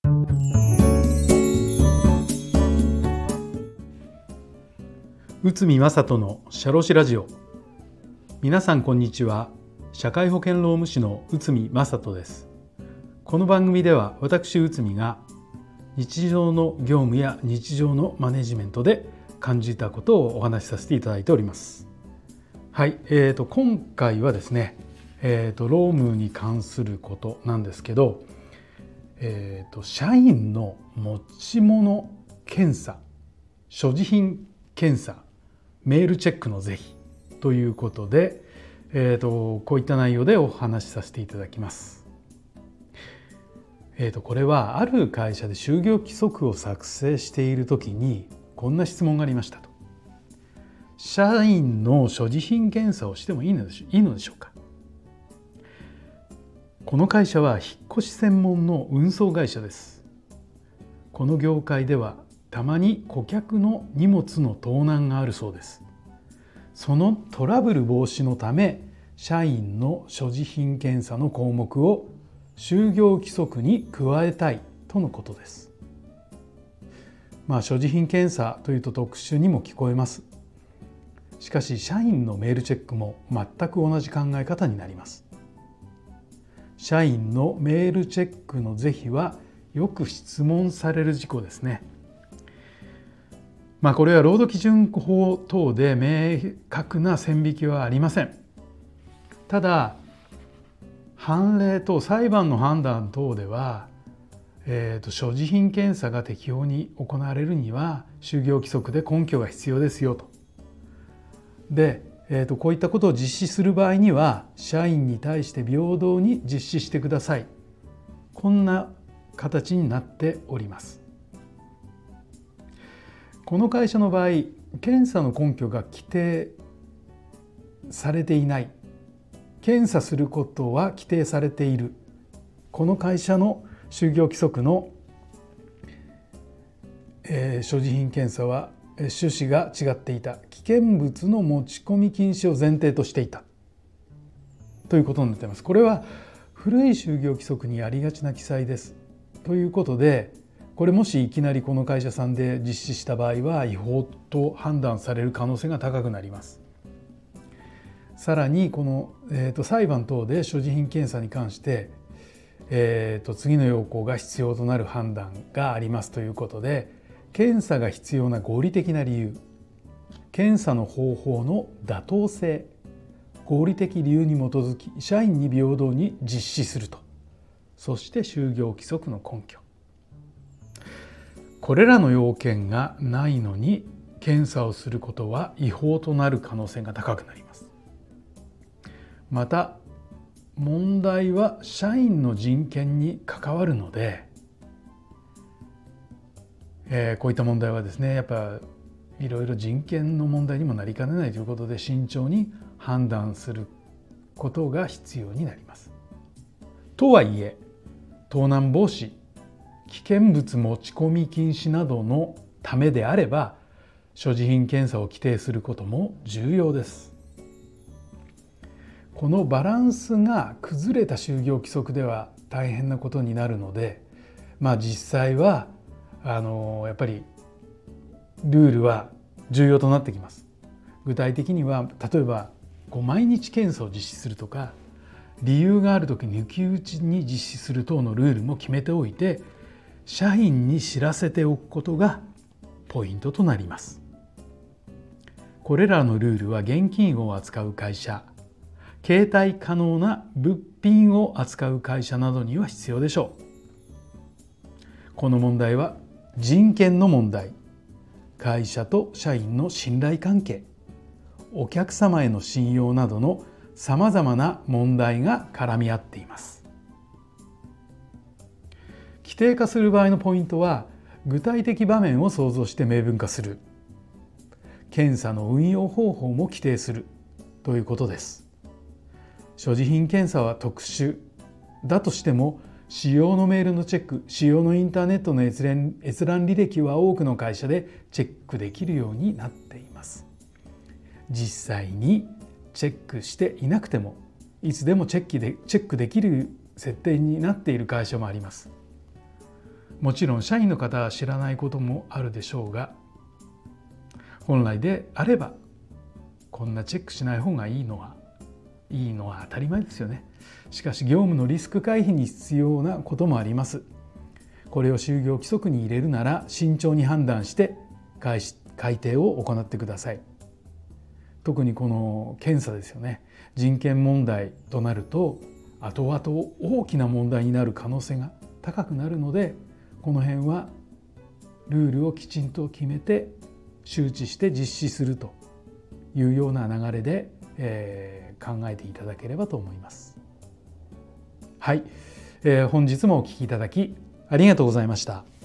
内海正人の社労士ラジオ。皆さんこんにちは。社会保険労務士の内海正人です。この番組では私内海が日常の業務や日常のマネジメントで感じたことをお話しさせていただいております。はい、今回はですね、労務に関することなんですけど、社員の持ち物検査、所持品検査、メールチェックの是非ということで、こういった内容でお話しさせていただきます。これはある会社で就業規則を作成しているときにこんな質問がありましたと。社員の所持品検査をしてもいいのでしょうか。この会社は引っ越し専門の運送会社です。この業界ではたまに顧客の荷物の盗難があるそうです。そのトラブル防止のため、社員の所持品検査の項目を就業規則に加えたいとのことです。所持品検査というと特殊にも聞こえます。しかし社員のメールチェックも全く同じ考え方になります。社員のメールチェックの是非はよく質問される事項ですね。これは労働基準法等で明確な線引きはありません。ただ、判例等裁判の判断等では、所持品検査が適法に行われるには就業規則で根拠が必要ですよと。で、こういったことを実施する場合には社員に対して平等に実施してください。こんな形になっております。この会社の場合、検査の根拠が規定されていない、検査することは規定されている、この会社の就業規則の、所持品検査は趣旨が違っていた、危険物の持ち込み禁止を前提としていたということになっています。これは古い就業規則にありがちな記載ですということで、これもしいきなりこの会社さんで実施した場合は違法と判断される可能性が高くなります。さらにこの、裁判等で所持品検査に関して、次の要項が必要となる判断がありますということで、検査が必要な合理的な理由、検査の方法の妥当性、合理的理由に基づき社員に平等に実施すると、そして就業規則の根拠、これらの要件がないのに検査をすることは違法となる可能性が高くなります。また問題は社員の人権に関わるので、こういった問題はですね、やっぱいろいろ人権の問題にもなりかねないということで慎重に判断することが必要になります。とはいえ、盗難防止、危険物持ち込み禁止などのためであれば、所持品検査を規定することも重要です。このバランスが崩れた就業規則では大変なことになるので、実際はやっぱりルールは重要となってきます。具体的には例えば毎日検査を実施するとか、理由があるとき抜き打ちに実施する等のルールも決めておいて、社員に知らせておくことがポイントとなります。これらのルールは現金を扱う会社、携帯可能な物品を扱う会社などには必要でしょう。この問題は人権の問題、会社と社員の信頼関係、お客様への信用などのさまざまな問題が絡み合っています。規定化する場合のポイントは、具体的場面を想像して明文化する、検査の運用方法も規定するということです。所持品検査は特殊だとしても、使用のメールのチェック、使用のインターネットの閲覧履歴は多くの会社でチェックできるようになっています。実際にチェックしていなくても、いつでもチェックできる設定になっている会社もあります。 もちろん社員の方は知らないこともあるでしょうが、本来であればこんなチェックしない方がいいのは当たり前ですよね。しかし業務のリスク回避に必要なこともあります。これを就業規則に入れるなら慎重に判断して改定を行ってください。特にこの検査ですよね。人権問題となると後々大きな問題になる可能性が高くなるので、この辺はルールをきちんと決めて周知して実施するというような流れで、考えていただければと思います。はい、本日もお聞きいただきありがとうございました。